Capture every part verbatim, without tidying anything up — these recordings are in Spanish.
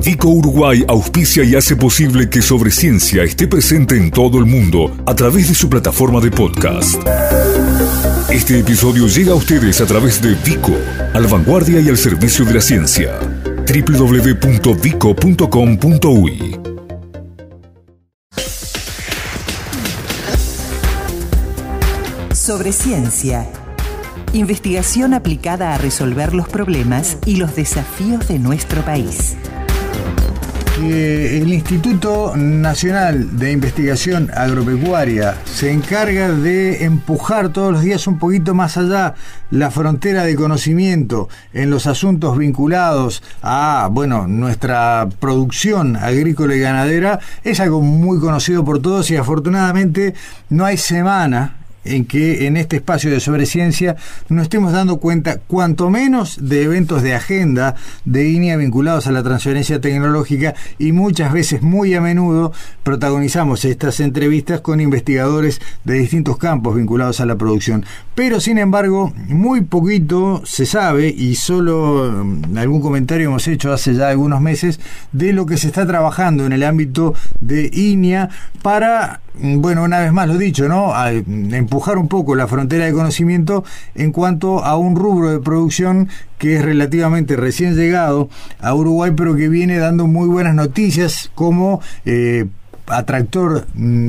Vico Uruguay auspicia y hace posible que Sobre Ciencia esté presente en todo el mundo a través de su plataforma de podcast. Este episodio llega a ustedes a través de Vico, a la vanguardia y al servicio de la ciencia. doble u doble u doble u punto vico punto com punto uy. Sobre Ciencia. Investigación aplicada a resolver los problemas y los desafíos de nuestro país. El Instituto Nacional de Investigación Agropecuaria se encarga de empujar todos los días un poquito más allá la frontera de conocimiento en los asuntos vinculados a, bueno, nuestra producción agrícola y ganadera. Es algo muy conocido por todos y afortunadamente no hay semana en que en este espacio de Sobre Ciencia nos estemos dando cuenta, cuanto menos, de eventos de agenda de I N E A vinculados a la transferencia tecnológica, y muchas veces, muy a menudo, protagonizamos estas entrevistas con investigadores de distintos campos vinculados a la producción. Pero, sin embargo, muy poquito se sabe, y solo algún comentario hemos hecho hace ya algunos meses, de lo que se está trabajando en el ámbito de I N E A para, bueno, una vez más lo dicho, ¿no?, a empujar un poco la frontera de conocimiento en cuanto a un rubro de producción que es relativamente recién llegado a Uruguay, pero que viene dando muy buenas noticias como eh, atractor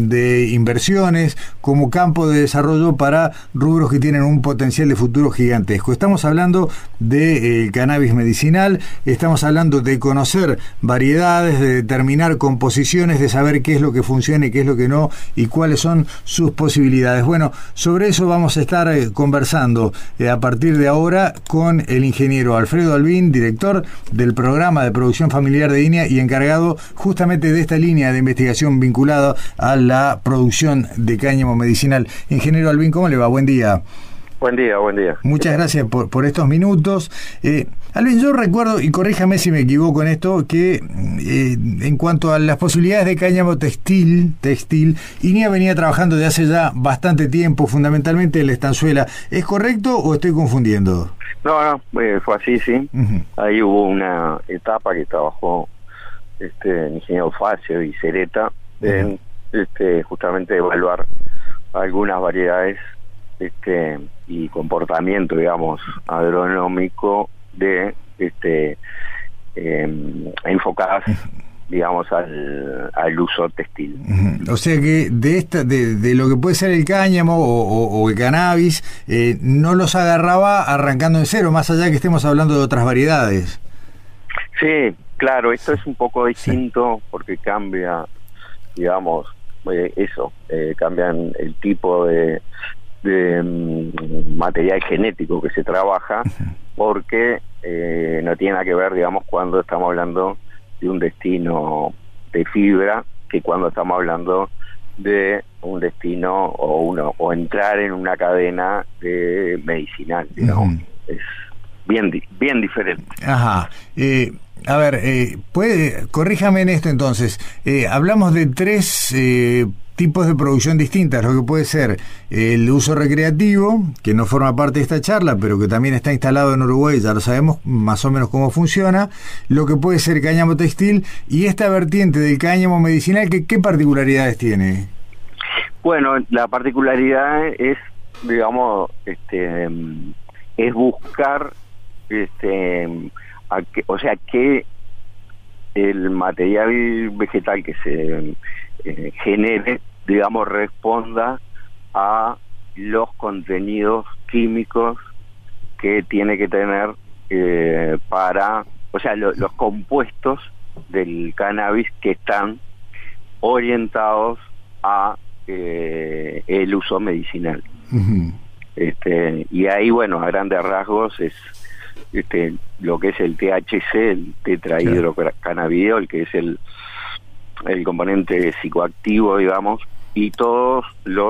de inversiones, como campo de desarrollo para rubros que tienen un potencial de futuro gigantesco. Estamos hablando de eh, cannabis medicinal, estamos hablando de conocer variedades, de determinar composiciones, de saber qué es lo que funciona y qué es lo que no, y cuáles son sus posibilidades. Bueno, sobre eso vamos a estar eh, conversando eh, a partir de ahora con el ingeniero Alfredo Albín, director del programa de producción familiar de I N E A y encargado justamente de esta línea de investigación vinculada a la producción de cáñamo medicinal. Ingeniero Albín, ¿cómo le va? Buen día. Buen día, buen día. Muchas gracias por, por estos minutos. Eh, Albín, yo recuerdo, y corríjame si me equivoco en esto, que eh, en cuanto a las posibilidades de cáñamo textil, textil, I N E A venía trabajando de hace ya bastante tiempo, fundamentalmente en la estanzuela. ¿Es correcto o estoy confundiendo? No, no, eh, fue así, sí. Uh-huh. Ahí hubo una etapa que trabajó este ingeniero Facio y Cereta en este justamente evaluar algunas variedades este y comportamiento, digamos, agronómico de este eh, enfocadas, digamos, al, al uso textil. Uh-huh. O sea que de esta de, de lo que puede ser el cáñamo o, o, o el cannabis eh, no los agarraba arrancando en cero, más allá que estemos hablando de otras variedades. Sí, claro, esto es un poco distinto, sí, porque cambia, digamos, eh, eso, eh, cambian el tipo de, de um, material genético que se trabaja, porque eh, no tiene nada que ver, digamos, cuando estamos hablando de un destino de fibra que cuando estamos hablando de un destino o uno o entrar en una cadena de medicinal, digamos. Uh-huh. Es bien bien diferente. Ajá. Eh, a ver, eh, puede, corríjame en esto entonces. Eh, hablamos de tres eh, tipos de producción distintas, lo que puede ser el uso recreativo, que no forma parte de esta charla, pero que también está instalado en Uruguay, ya lo sabemos más o menos cómo funciona, lo que puede ser cáñamo textil, y esta vertiente del cáñamo medicinal, que ¿qué particularidades tiene? Bueno, la particularidad es, digamos, este, es buscar, este, a que, o sea, que el material vegetal que se eh, genere, digamos, responda a los contenidos químicos que tiene que tener eh, para, o sea, lo, los compuestos del cannabis que están orientados a eh, el uso medicinal. Uh-huh. Este, y ahí, bueno, a grandes rasgos es este lo que es el T H C, el tetrahidrocannabidiol, que es el el componente psicoactivo, digamos, y todos los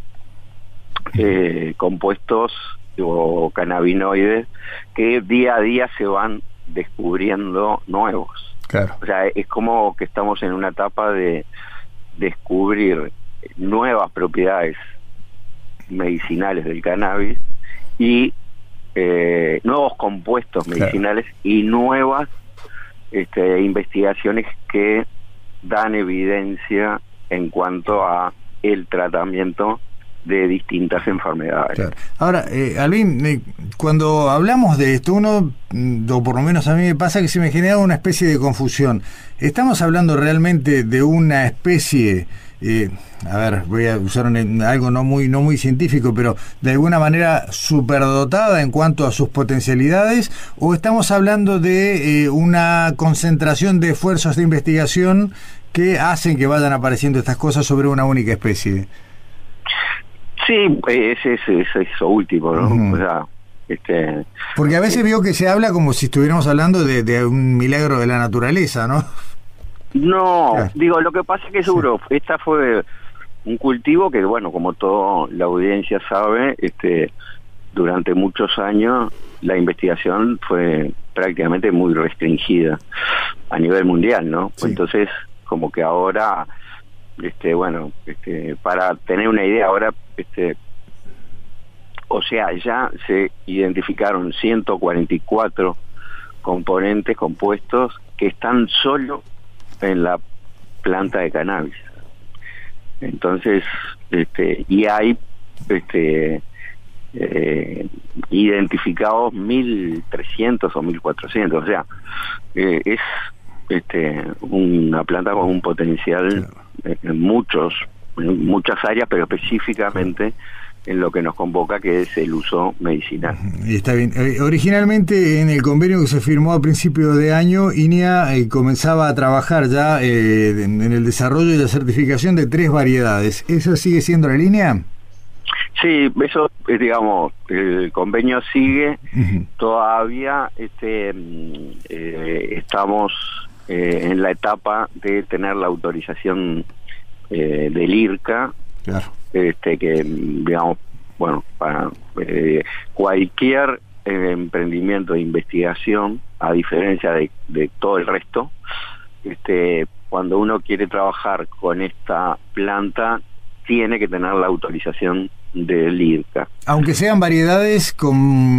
eh, compuestos o cannabinoides que día a día se van descubriendo nuevos. Claro. O sea, es como que estamos en una etapa de descubrir nuevas propiedades medicinales del cannabis y eh, nuevos compuestos medicinales, claro, y nuevas este, investigaciones que dan evidencia en cuanto a el tratamiento de distintas enfermedades. Claro. Ahora, eh, Albín, eh, cuando hablamos de esto, uno, o por lo menos a mí me pasa que se me genera una especie de confusión. ¿Estamos hablando realmente de una especie, eh, a ver, voy a usar un, algo no muy, no muy científico, pero de alguna manera superdotada en cuanto a sus potencialidades, o estamos hablando de eh, una concentración de esfuerzos de investigación que hacen que vayan apareciendo estas cosas sobre una única especie? Sí, es, es, es eso último, ¿no? Uh-huh. O sea, este, porque a veces eh, veo que se habla como si estuviéramos hablando de, de un milagro de la naturaleza, ¿no? No, claro. Digo, lo que pasa es que es duro. Sí. Esta fue un cultivo que, bueno, como toda la audiencia sabe, este, durante muchos años la investigación fue prácticamente muy restringida a nivel mundial, ¿no? Sí. Entonces, como que ahora... Este, bueno, este, para tener una idea ahora, este, o sea, ya se identificaron ciento cuarenta y cuatro componentes compuestos que están solo en la planta de cannabis. Entonces, este, y hay, este, eh, identificados mil trescientos o mil cuatrocientos, o sea, eh, es, este, una planta con un potencial en muchos, en muchas áreas, pero específicamente en lo que nos convoca, que es el uso medicinal. Y está bien. Eh, originalmente, en el convenio que se firmó a principio de año, I N A eh, comenzaba a trabajar ya eh, en, en el desarrollo y la certificación de tres variedades. ¿Esa sigue siendo la línea? Sí, eso, eh, digamos, el convenio sigue. Uh-huh. Todavía este, eh, estamos eh, en la etapa de tener la autorización eh, del I R C A. Claro. Este, que, digamos, bueno, para eh, cualquier eh, emprendimiento de investigación, a diferencia de, de todo el resto, este, cuando uno quiere trabajar con esta planta, tiene que tener la autorización del I R C A. Aunque sean variedades con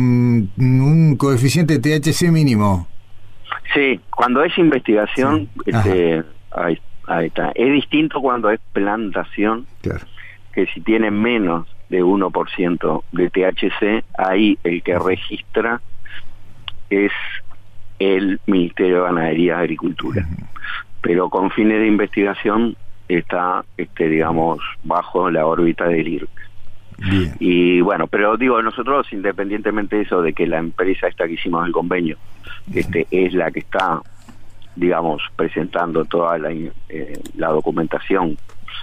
un coeficiente T H C mínimo. Sí, cuando es investigación, sí. este, ahí, ahí está. Es distinto cuando es plantación. Claro. Que si tiene menos de uno por ciento de T H C, ahí el que registra es el Ministerio de Ganadería y Agricultura. Uh-huh. Pero con fines de investigación está, este, digamos, bajo la órbita del I R C A. Bien. Y bueno, pero digo, nosotros, independientemente de eso, de que la empresa esta que hicimos el convenio, uh-huh. este, es la que está, digamos, presentando toda la, eh, la documentación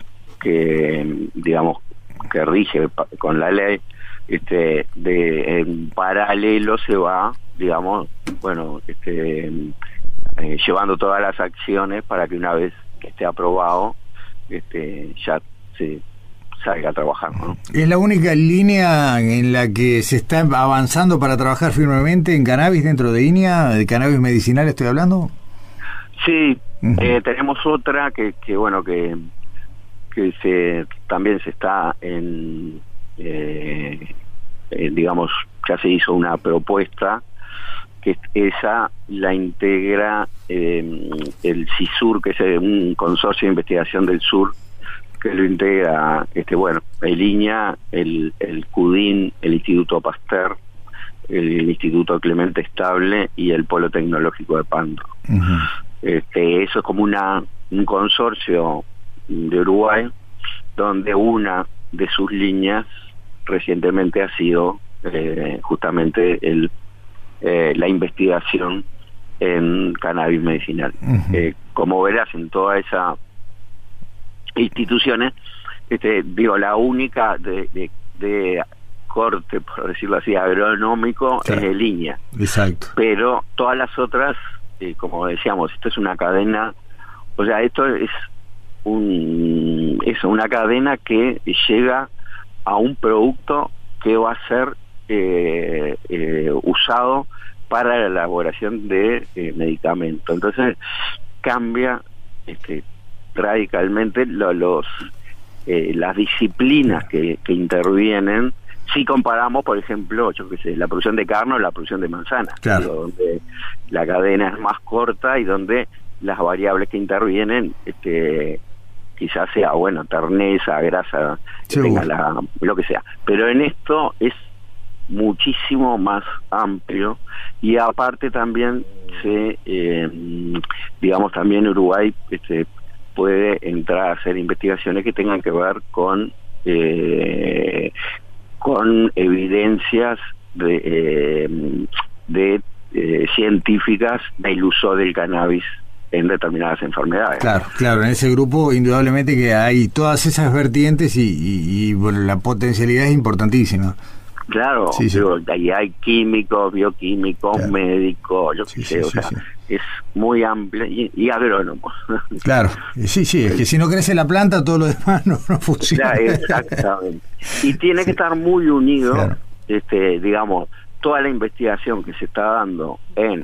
que, digamos, que rige con la ley, este, de en paralelo se va, digamos, bueno, este, eh, llevando todas las acciones para que una vez que esté aprobado, este, ya se salga a trabajar, ¿no? ¿Es la única línea en la que se está avanzando para trabajar firmemente en cannabis dentro de I N A, de cannabis medicinal estoy hablando? Sí, uh-huh. eh, tenemos otra que, que bueno, que que se también se está en eh, eh, digamos, ya se hizo una propuesta que esa la integra eh, el CISUR, que es un consorcio de investigación del sur, que lo integra este bueno el I N A, el, el CUDIN, el Instituto Pasteur, el Instituto Clemente Estable y el Polo Tecnológico de Pando. Uh-huh. Este, eso es como una un consorcio de Uruguay, donde una de sus líneas recientemente ha sido eh, justamente el eh, la investigación en cannabis medicinal. Uh-huh. Eh, como verás, en todas esas instituciones, este, digo, la única de, de, de corte, por decirlo así, agronómico, claro, es el I N A. Exacto. Pero todas las otras, eh, como decíamos, esto es una cadena, o sea, esto es un es una cadena que llega a un producto que va a ser eh, eh, usado para la elaboración de eh, medicamentos. Entonces cambia este, radicalmente lo, los eh, las disciplinas que, que intervienen si comparamos, por ejemplo, yo qué sé, la producción de carne o la producción de manzana, claro. digo, donde la cadena es más corta y donde las variables que intervienen, este, quizás sea, bueno, terneza, grasa, que tenga la, lo que sea. Pero en esto es muchísimo más amplio, y aparte también se, eh, digamos, también Uruguay este, puede entrar a hacer investigaciones que tengan que ver con eh, con evidencias de, eh, de eh, científicas del uso del cannabis en determinadas enfermedades. Claro, claro, en ese grupo indudablemente que hay todas esas vertientes y, y, y bueno, la potencialidad es importantísima. Claro, sí, sí. Digo, ahí hay químicos, bioquímicos, claro. médicos, yo sí, qué sé, sí, o sea, sí, sí. es muy amplio, y, y agrónomos. Claro, sí, sí, es que si no crece la planta, todo lo demás no, no funciona. Claro, exactamente. Y tiene sí. que estar muy unido, claro. este, digamos, toda la investigación que se está dando en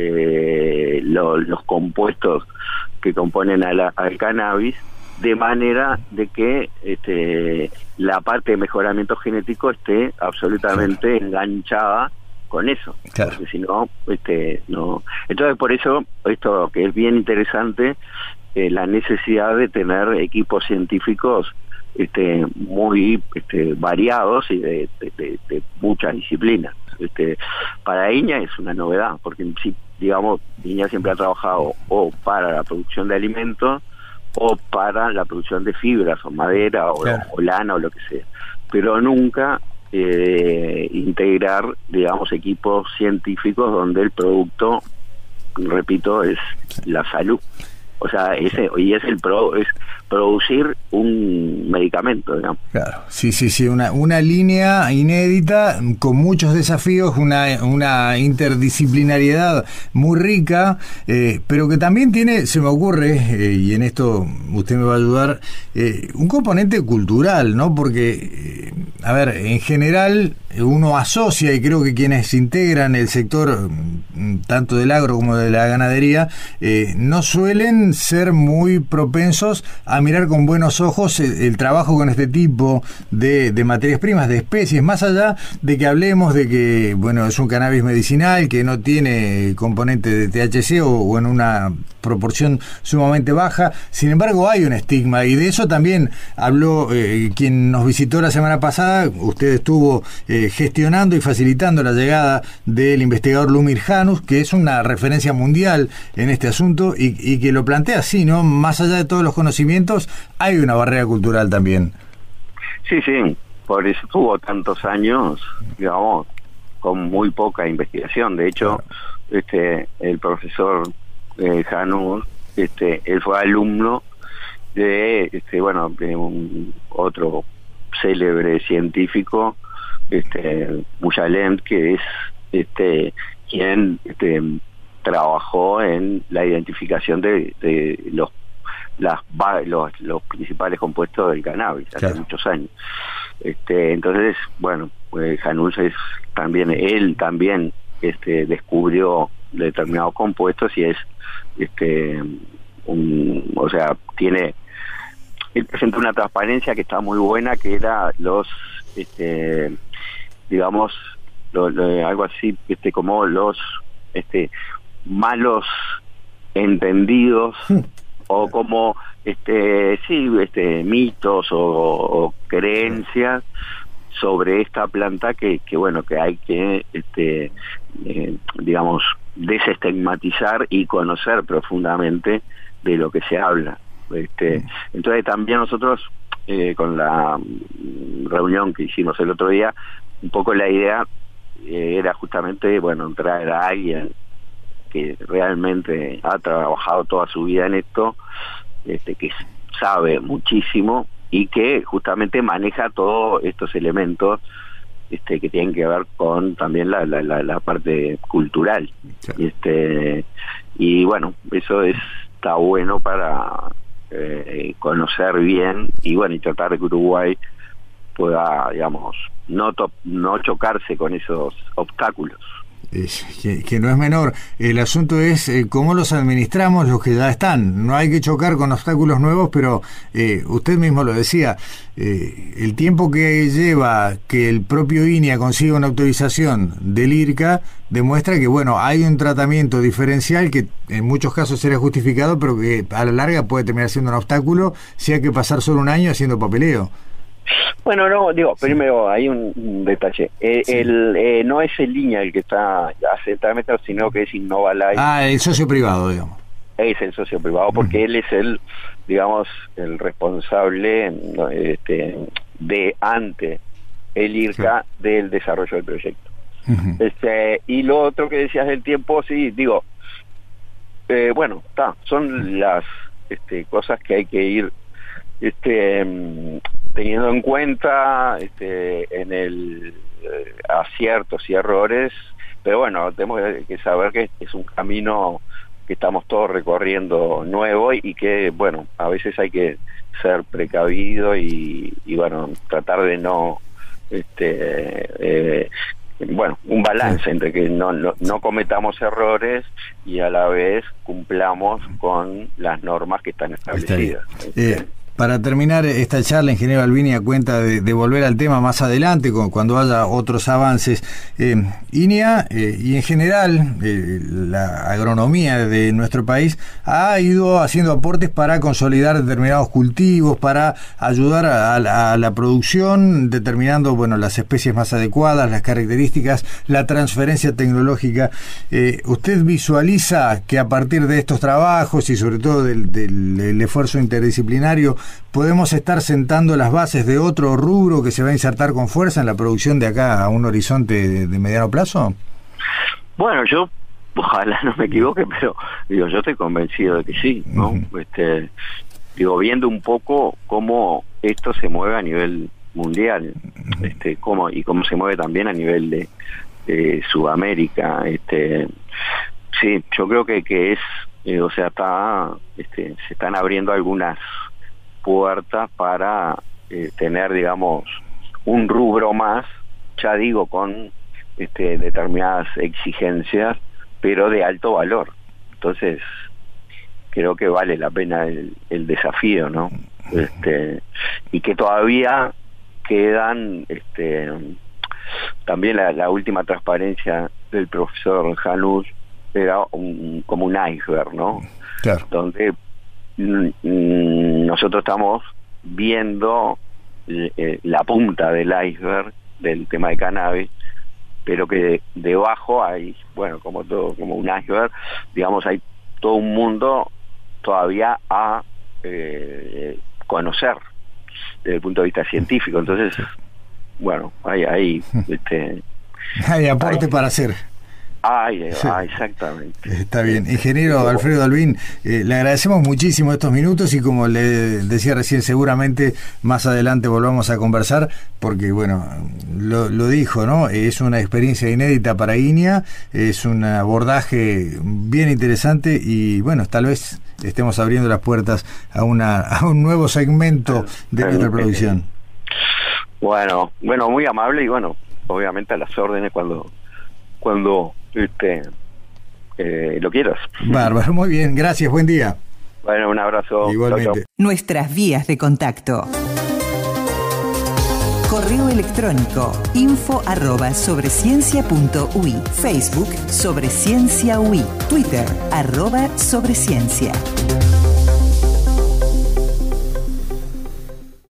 eh, lo, los compuestos que componen a la, al cannabis, de manera de que este, la parte de mejoramiento genético esté absolutamente claro. enganchada con eso, claro. porque si no, este, no. Entonces por eso esto que es bien interesante, eh, la necesidad de tener equipos científicos este, muy este, variados y de, de, de, de muchas disciplinas. Este, para Iña es una novedad, porque sí, digamos, Iña siempre ha trabajado o para la producción de alimentos o para la producción de fibras o madera o, claro. o lana o lo que sea, pero nunca eh, integrar, digamos, equipos científicos donde el producto, repito, es la salud. O sea, ese y es el pro, es producir un medicamento, digamos. Claro, sí, sí, sí, una una línea inédita con muchos desafíos, una una interdisciplinariedad muy rica, eh, pero que también tiene, se me ocurre, eh, y en esto usted me va a ayudar, eh, un componente cultural, ¿no? Porque, eh, a ver, en general uno asocia, y creo que quienes integran el sector, tanto del agro como de la ganadería, eh, no suelen ser muy propensos a mirar con buenos ojos el, el trabajo con este tipo de, de materias primas, de especies, más allá de que hablemos de que, bueno, es un cannabis medicinal que no tiene componente de T H C o, o en una proporción sumamente baja. Sin embargo, hay un estigma, y de eso también habló eh, quien nos visitó la semana pasada. Usted estuvo eh, gestionando y facilitando la llegada del investigador Lumir Janus, que es una referencia mundial en este asunto y, y que lo plantea así, ¿no? Más allá de todos los conocimientos, hay una barrera cultural también. Sí, sí, por eso tuvo tantos años, digamos, con muy poca investigación. De hecho, claro. este el profesor eh, Janus, este, él fue alumno de, este, bueno, de un otro célebre científico, este, Muyalem, que es, este, quien, este, trabajó en la identificación de, de los las los, los principales compuestos del cannabis hace claro. muchos años. Este, entonces, bueno, pues Janus es también, él también este, descubrió determinados compuestos y es, este, un, o sea, tiene, él presenta una transparencia que está muy buena, que era los, este, digamos, lo, lo, algo así, este, como los, este, malos entendidos o como este sí este mitos o, o creencias sobre esta planta que, que bueno que hay que este eh, digamos desestigmatizar y conocer profundamente de lo que se habla. Este entonces también nosotros eh, con la reunión que hicimos el otro día, un poco la idea eh, era justamente bueno traer a alguien que realmente ha trabajado toda su vida en esto, este, que sabe muchísimo y que justamente maneja todos estos elementos este, que tienen que ver con también la, la, la, la parte cultural. Sí. Este, y bueno, eso es, está bueno para eh, conocer bien y bueno y tratar de que Uruguay pueda, digamos, no, to- no chocarse con esos obstáculos. eh, que, que no es menor. El asunto es eh, cómo los administramos los que ya están. No hay que chocar con obstáculos nuevos, pero eh, usted mismo lo decía, eh, el tiempo que lleva que el propio I N E A consiga una autorización del I R C A demuestra que, bueno, hay un tratamiento diferencial que en muchos casos será justificado, pero que a la larga puede terminar siendo un obstáculo si hay que pasar solo un año haciendo papeleo. Bueno, no, digo, sí. Primero hay un, un detalle. Eh, sí. el, eh, no es el I N E A el que está hace el trámite, sino que es Innova Life. Ah, el socio privado, digamos. Es el socio privado, porque uh-huh. él es el, digamos, el responsable este, de ante el I R C A sí. del desarrollo del proyecto. Uh-huh. Este, y lo otro que decías del tiempo, sí, digo, eh, bueno, está, son las este, cosas que hay que ir este, teniendo en cuenta este, en el eh, aciertos y errores, pero bueno, tenemos que saber que es un camino que estamos todos recorriendo nuevo y que, bueno, a veces hay que ser precavido y, y bueno, tratar de no, este, eh, bueno, un balance entre que no, no, no cometamos errores y a la vez cumplamos con las normas que están establecidas. Eh, para terminar esta charla, ingeniero Albini, a cuenta de, de volver al tema más adelante, con, cuando haya otros avances, eh, I N E A eh, y en general eh, la agronomía de nuestro país ha ido haciendo aportes para consolidar determinados cultivos, para ayudar a, a, a la producción, determinando bueno las especies más adecuadas, las características, la transferencia tecnológica. Eh, ¿Usted visualiza que a partir de estos trabajos y sobre todo del, del, del esfuerzo interdisciplinario podemos estar sentando las bases de otro rubro que se va a insertar con fuerza en la producción de acá a un horizonte de, de mediano plazo? Bueno, yo ojalá no me equivoque, pero digo, yo estoy convencido de que sí, ¿no? Uh-huh. Este, digo, viendo un poco cómo esto se mueve a nivel mundial, uh-huh. este, cómo y cómo se mueve también a nivel de, de Sudamérica, este, sí, yo creo que que es, eh, o sea, está, este, se están abriendo algunas puertas para eh, tener, digamos, un rubro más, ya digo, con este, determinadas exigencias, pero de alto valor. Entonces, creo que vale la pena el, el desafío, ¿no? Este, y que todavía quedan, este, también la, la última transparencia del profesor Janus era un, como un iceberg, ¿no? Claro. Donde nosotros estamos viendo eh, la punta del iceberg del tema de cannabis, pero que de, debajo hay, bueno, como todo, como un iceberg, digamos, hay todo un mundo todavía a eh, conocer desde el punto de vista científico. Entonces, bueno, hay hay este hay aporte hay, para hacer. Ay, sí. ah, exactamente. Está bien. Ingeniero Alfredo Albín, eh, le agradecemos muchísimo estos minutos y como le decía recién, seguramente más adelante volvamos a conversar porque, bueno, lo, lo dijo, ¿no? Es una experiencia inédita para I N E A, es un abordaje bien interesante y, bueno, tal vez estemos abriendo las puertas a una a un nuevo segmento de nuestra producción. Bueno, bueno, muy amable y, bueno, obviamente a las órdenes cuando cuando este eh, lo quieras. Bárbaro, muy bien, gracias, buen día. Bueno, un abrazo. Igualmente. Chau, chau. Nuestras vías de contacto. Correo electrónico info arroba sobreciencia punto ui, Facebook Sobreciencia ui, Twitter arroba Sobreciencia.